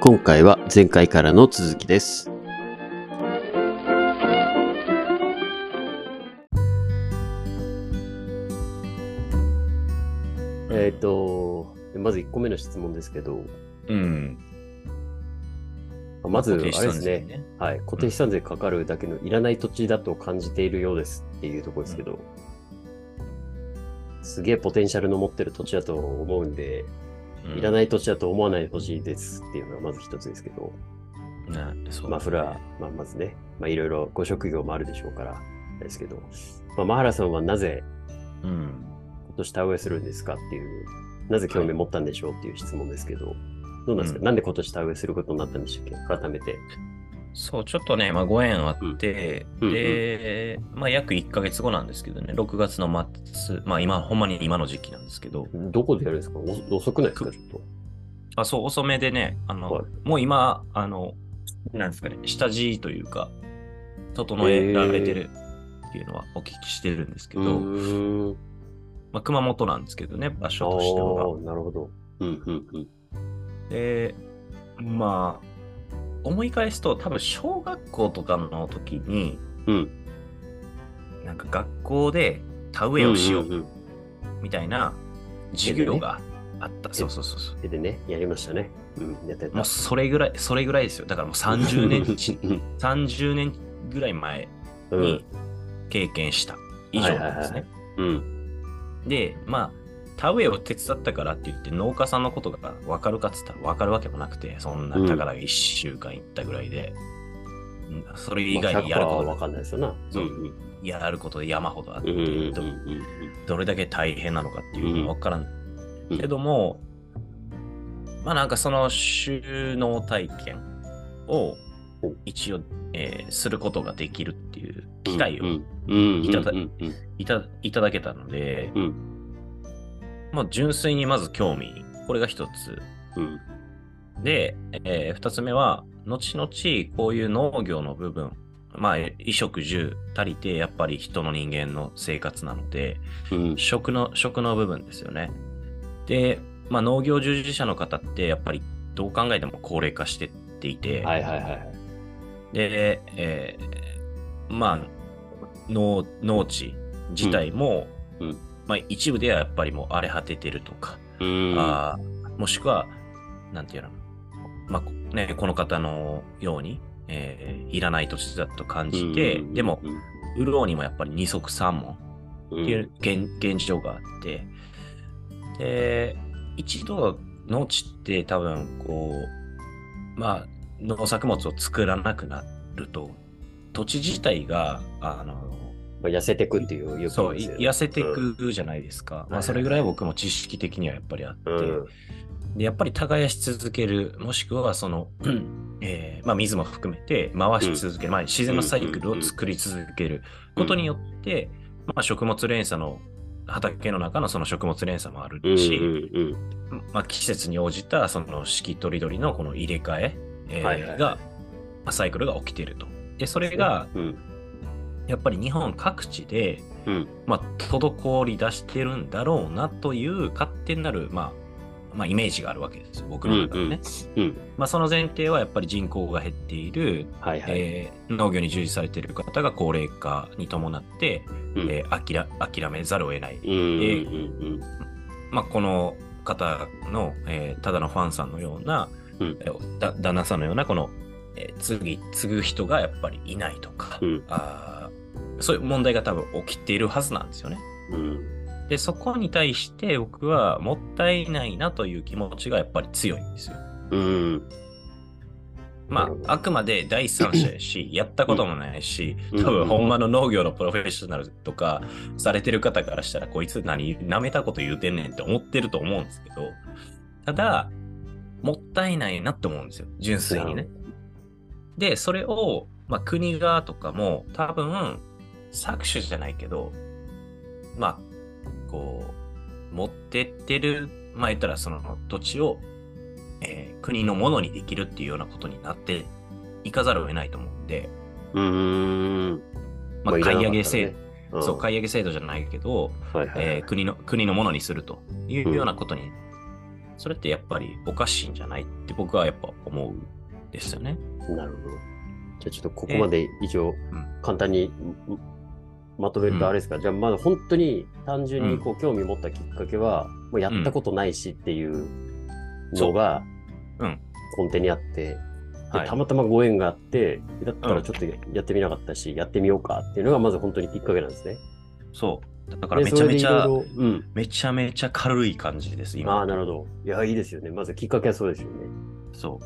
今回は前回からの続きです。まず1個目の質問ですけど、まずあれですね、はい、固定資産税かかるだけのいらない土地だと感じているようですっていうところですけど、すげえポテンシャルの持ってる土地だと思うんで、いらない土地だと思わないでほしいですっていうのがまず一つですけど、まあそれは、まずね、いろいろご職業もあるでしょうからですけど、マハラさんはなぜ今年田植えするんですかっていう、なぜ興味持ったんでしょうっていう質問ですけど、どうなんですか、なんで今年田植えすることになったんでしたっけ、改めて。 そう、ちょっとね、ご縁あって、で、約1ヶ月後なんですけどね、6月の末、ほんまに今の時期なんですけど。 どこでやるんですか？遅くないですか、ちょっと。 そう、遅めでね、もう今、なんですかね、下地というか、整えられてるっていうのはお聞きしてるんですけど、熊本なんですけどね、場所としては。 なるほど。 で、思い返すと多分小学校とかの時に、なんか学校で田植えをしようみたいな授業があった。そう。 でね、やりましたね。やってた。 もうそれぐらいですよ。だからもう30年ぐらい前に経験した以上なんですね。で、田植えを手伝ったからって言って農家さんのことが分かるかっつったら分かるわけもなくて、そんなたかだ1週間行ったぐらいで、それ以外にやることは分かんないですよな。 やることで山ほどあって、どれだけ大変なのかっていうのは分からん。けども、なんかその収納体験を一応、することができるっていう機会をいただけたので、純粋にまず興味、これが一つ。で、二つ目は、後々こういう農業の部分、衣食住足りて、やっぱり人の人間の生活なので、食の部分ですよね。で、農業従事者の方ってやっぱりどう考えても高齢化してっていて、で、農地自体も、一部ではやっぱりもう荒れ果ててるとか、もしくは、なんていうの、この方のように、いらない土地だと感じて、でも、潤うにもやっぱり二足三門っていう現状があって、で、一度農地って多分農作物を作らなくなると土地自体が痩せてくっていうそう痩せてくじゃないですか。それぐらい僕も知識的にはやっぱりあって、でやっぱり耕し続ける、もしくはその、水も含めて回し続ける、自然のサイクルを作り続けることによって、食物連鎖の畑の中のその食物連鎖もあるし、季節に応じたその四季とりどりのこの入れ替え、がサイクルが起きていると。でそれが、やっぱり日本各地で、滞り出してるんだろうなという勝手になる、イメージがあるわけですよ、僕の中でね。その前提はやっぱり人口が減っている、農業に従事されている方が高齢化に伴って、諦めざるを得ない。この方の、ただのファンさんのような、旦那さんのようなこの、継ぐ人がやっぱりいないとか、そういう問題が多分起きているはずなんですよね。でそこに対して僕はもったいないなという気持ちがやっぱり強いんですよ。あくまで第三者やし、やったこともないし、多分ほんまの農業のプロフェッショナルとかされてる方からしたら、こいつ舐めたこと言うてんねんって思ってると思うんですけど、ただもったいないなって思うんですよ、純粋にね。でそれを、国側とかも多分搾取じゃないけど、持ってってる、言ったらその土地を、国のものにできるっていうようなことになっていかざるを得ないと思うんで、買い上げ制度、そう、買い上げ制度じゃないけど、国のものにするというようなことにそれってやっぱりおかしいんじゃないって僕はやっぱ思うんですよね。 なるほど。じゃあちょっとここまで以上、簡単にまとめるとあれですか、じゃあまだ本当に単純にこう興味持ったきっかけは、もうやったことないしっていうのが根底にあって、でたまたまご縁があって、だったらちょっとやってみなかったし、やってみようかっていうのがまず本当にきっかけなんですね。 そう。だからめちゃめちゃ、めちゃめちゃ軽い感じです、今。 ああ、なるほど。いや、いいですよね。まずきっかけはそうですよね。 そう。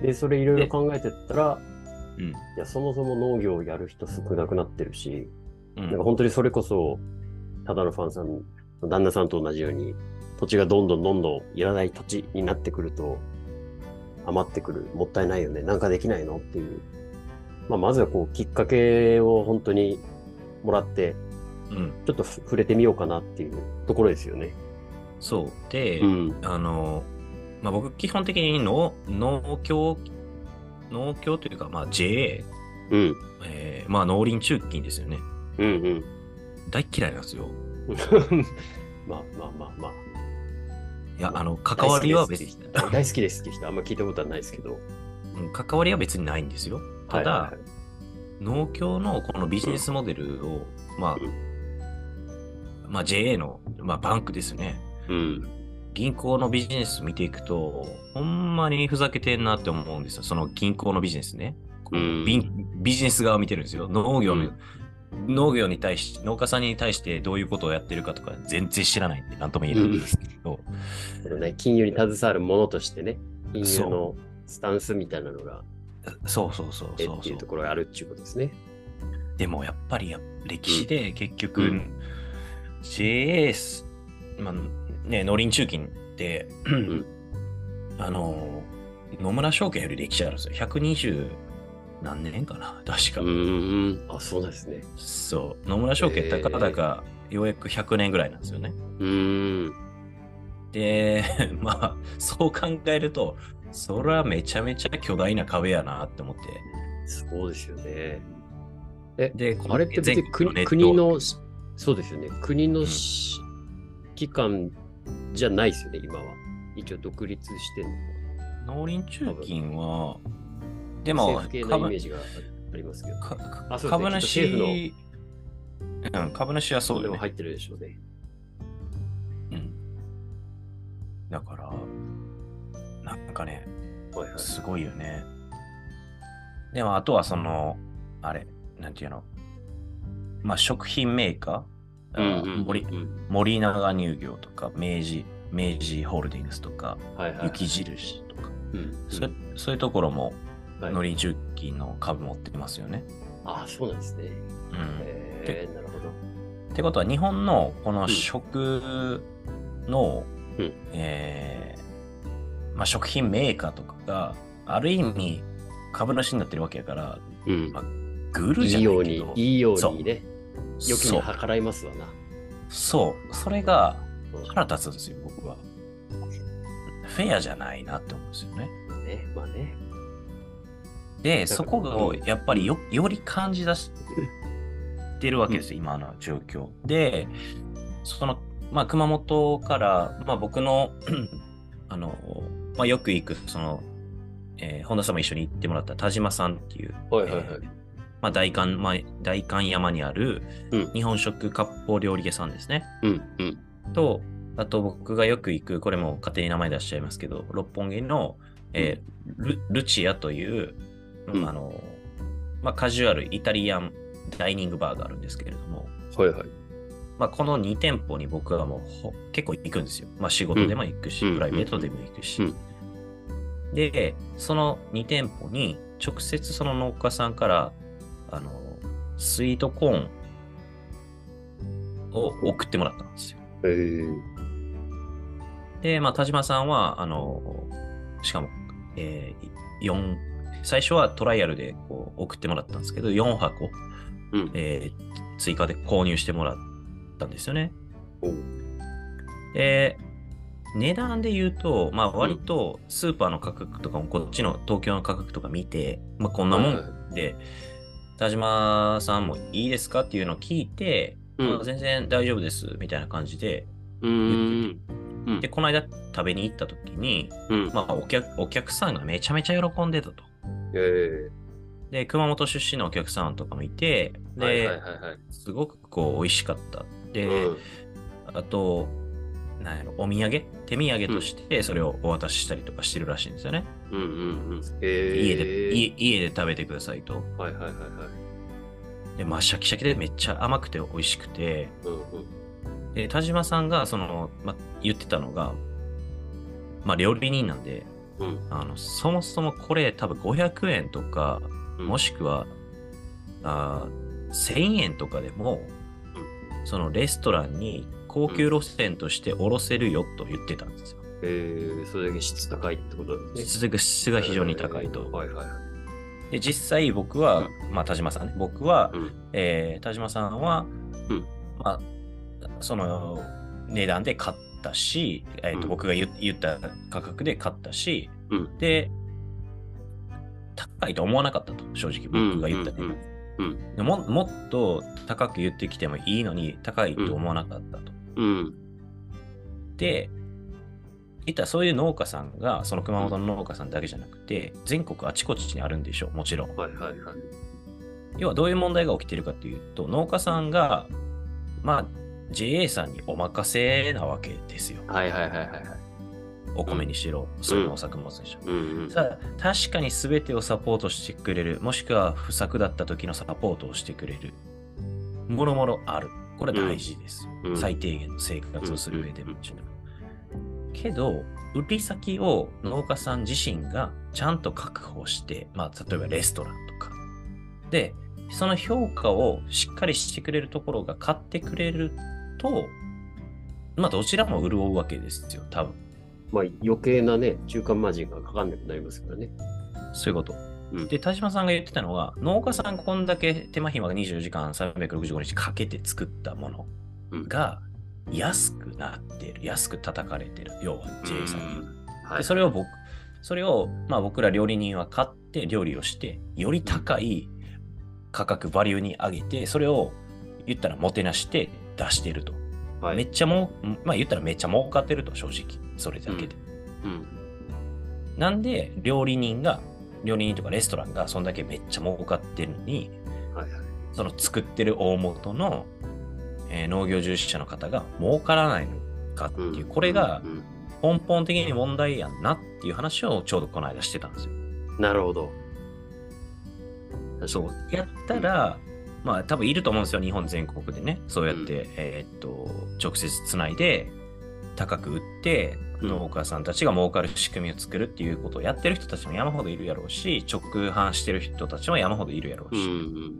で、それいろいろ考えてったら、いや、そもそも農業をやる人少なくなってるし、なんか本当にそれこそ、ただのファンさんの旦那さんと同じように、土地がどんどんいらない土地になってくると、余ってくる、もったいないよね、なんかできないのっていう。まずはこう、きっかけを本当にもらって、ちょっと触れてみようかなっていうところですよね。 そう。で、僕、基本的に農協というか、JA、農林中金ですよね。大嫌いなんですよ。 まあ。 いや、関わりは別に。 大好きですって人、あんま聞いたことはないですけど。 関わりは別にないんですよ。ただ、農協のこのビジネスモデルを、JA の、バンクですね。銀行のビジネス見ていくと、ほんまにふざけてんなって思うんですよ。その銀行のビジネスね。ビジネス側を見てるんですよ。農業に対して、農家さんに対してどういうことをやってるかとか全然知らないんで何とも言えないんですけど。 金融に携わるものとしてね、金融のスタンスみたいなのが、 そうっていうところがあるっていうことですね。 でもやっぱり歴史で結局、JA、農林中金って、野村証券より歴史あるんですよ。120何年かな確か。 あ、そうですね。 そう。野村証券たかだかようやく100年ぐらいなんですよね。で、そう考えると、それはめちゃめちゃ巨大な壁やなって思って。 そうですよね。 で、 あれって別に国の、そうですよね。国の、機関じゃないですよね、今は。一応独立してるの。農林中金は、でも、 政府系のイメージがありますけど。 株主、株主はそうだね。 でも入ってるでしょうね。 だから、なんかね、すごいよね。でも、あとはなんていうの、食品メーカー、森永乳業とか、明治ホールディングスとか、雪印とか、そういうところも、農林中金の株持ってますよね。 ああ、そうなんですね。なるほど。 ってことは、日本のこの食の、食品メーカーとかが、ある意味、株主になってるわけやから、グルじゃないけど。 いいようにね、良きに計らいますわな。 そう。それが腹立つんですよ、僕は。フェアじゃないなって思うんですよね。で、そこをやっぱりより感じ出してるわけですよ、今の状況。で、熊本から、僕の、よく行く、本田さんも一緒に行ってもらった田島さんっていう、代官山にある日本食割烹料理屋さんですね。と、あと僕がよく行く、これも勝手に名前出しちゃいますけど、六本木の、ルチアという、カジュアルイタリアンダイニングバーがあるんですけれども、この2店舗に僕はもう結構行くんですよ。仕事でも行くし、プライベートでも行くし。で、その2店舗に直接その農家さんから、スイートコーンを送ってもらったんですよ。で、田島さんは、しかも、最初はトライアルでこう送ってもらったんですけど、4箱、追加で購入してもらったんですよね。で、値段で言うと、割とスーパーの価格とかもこっちの東京の価格とか見て、こんなもんで、田島さんもいいですかっていうのを聞いて、全然大丈夫ですみたいな感じで言ってて、 うん、で、この間食べに行った時に、うん、まあお客さんがめちゃめちゃ喜んでたと。で、熊本出身のお客さんとかもいて、で、すごくこう美味しかった。で、あと、なんやろ、お土産手土産としてそれをお渡ししたりとかしてるらしいんですよね。家で食べてくださいと。で、まあ、シャキシャキでめっちゃ甘くて美味しくて、で、田島さんが、言ってたのが、まあ、料理人なんで、そもそもこれ多分500円とか、もしくは、1000円とかでも、そのレストランに高級路線としておろせるよと言ってたんですよ。 それだけ質高いってことですね。質が非常に高いと。で、実際僕は、まあ、田島さんね、僕は、田島さんは、まあ、その値段で買ったし、僕が言った価格で買ったし、で、高いと思わなかったと、正直僕が言ったね。もっと高く言ってきてもいいのに、高いと思わなかったと。で、言ったらそういう農家さんが、その熊本の農家さんだけじゃなくて、全国あちこちにあるんでしょう、もちろん。要はどういう問題が起きてるかというと、農家さんが、まあ、JA さんにお任せなわけですよ。お米にしろ、そういう農作物にしろ。さあ、確かに全てをサポートしてくれる、もしくは不作だった時のサポートをしてくれる。もろもろある。これは大事です。最低限の生活をする上でもちろん。けど、売り先を農家さん自身がちゃんと確保して、まあ、例えばレストランとか。で、その評価をしっかりしてくれるところが買ってくれると、まあ、どちらも潤うわけですよ、多分。 まあ、余計なね、中間マージンがかかんなくなりますからね。 そういうこと。で、田島さんが言ってたのは、農家さんこんだけ手間暇が24時間365日かけて作ったものが安くなっている、安く叩かれている、要は JA さんに言う。でそれを、まあ、僕ら料理人は買って料理をして、より高い価格、バリューに上げて、それを言ったらもてなして出していると。めっちゃまあ言ったらめっちゃ儲かってると、正直。それだけで。なんで、料理人とかレストランがそんだけめっちゃ儲かってるのに、その作ってる大元の、農業従事者の方が儲からないのかっていう、これが根本的に問題やんなっていう話をちょうどこの間してたんですよ。 なるほど。 そう。やったら、まあ多分いると思うんですよ、日本全国でね。そうやって、直接つないで高く売って、農家さんたちが儲かる仕組みを作るっていうことをやってる人たちも山ほどいるやろうし、直販してる人たちも山ほどいるやろうし。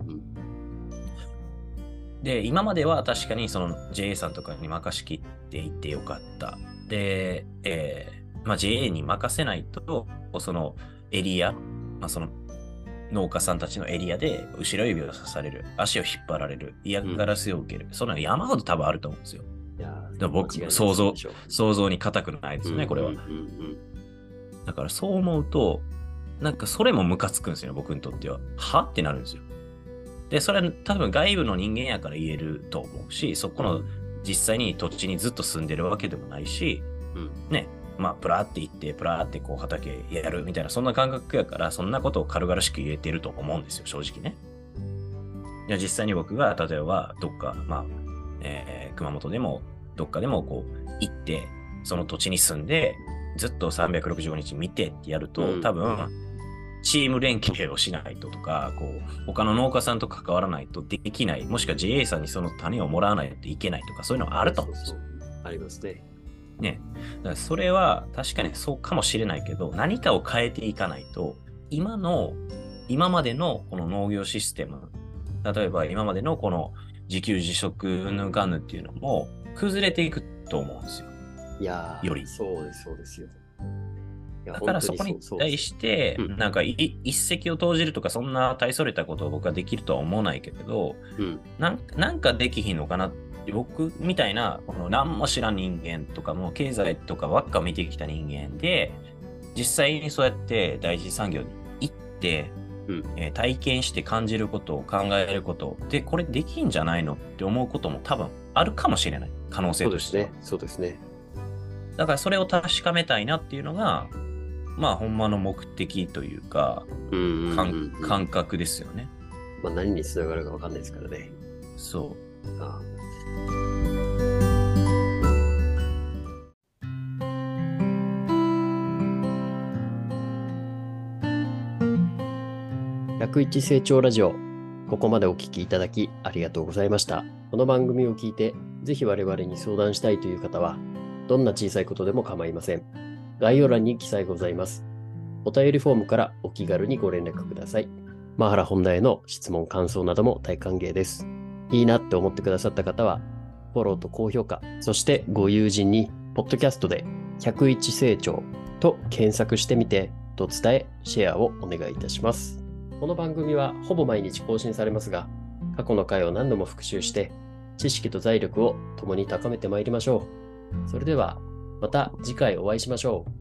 で、今までは確かにその JA さんとかに任しきっていってよかった。で、まあ JA に任せないと、そのエリア、まあその農家さんたちのエリアで後ろ指を刺される、足を引っ張られる、嫌がらせを受ける、そんなの山ほど多分あると思うんですよ。でも僕、想像に固くないですよね、これは。だからそう思うと、なんかそれもムカつくんですよ、僕にとっては。はってなるんですよ。で、それは多分外部の人間やから言えると思うし、そこの実際に土地にずっと住んでるわけでもないし、ね、まあ、プラーって行って、プラーってこう畑やるみたいな、そんな感覚やから、そんなことを軽々しく言えてると思うんですよ、正直ね。いや、実際に僕が、例えば、どっか、まあ、熊本でも、どっかでもこう、行って、その土地に住んで、ずっと365日見てってやると、多分、チーム連携をしないととか、こう、他の農家さんと関わらないとできない、もしくは JA さんにその種をもらわないといけないとか、そういうのはあると思うんですよ。 ありますね。 ね。だからそれは確かにそうかもしれないけど、何かを変えていかないと、今までのこの農業システム、例えば今までのこの自給自足のガヌっていうのも崩れていくと思うんですよ。 いやー、 より。 そうですよ。 だからそこに対して、なんか一石を投じるとか、そんな大それたことを僕はできるとは思わないけど、なんかできひんのかなって、僕みたいな、この何も知らん人間とかも、経済とかばっか見てきた人間で、実際にそうやって第一次産業に行って、体験して感じることを考えることで、これできんじゃないのって思うことも多分あるかもしれない。可能性としては。 そうですね。 だからそれを確かめたいなっていうのが、まあ、ほんまの目的というか、感覚ですよね。 まあ、何につながるか分かんないですからね。 そう。 101成長ラジオ。ここまでお聞きいただきありがとうございました。この番組を聞いて、ぜひ我々に相談したいという方は、どんな小さいことでも構いません。概要欄に記載ございます。お便りフォームからお気軽にご連絡ください。マハラ本題への質問、感想なども大歓迎です。いいなって思ってくださった方は、フォローと高評価、そしてご友人に、ポッドキャストで101成長と検索してみてと伝え、シェアをお願いいたします。この番組はほぼ毎日更新されますが、過去の回を何度も復習して、知識と財力を共に高めてまいりましょう。それでは、また次回お会いしましょう。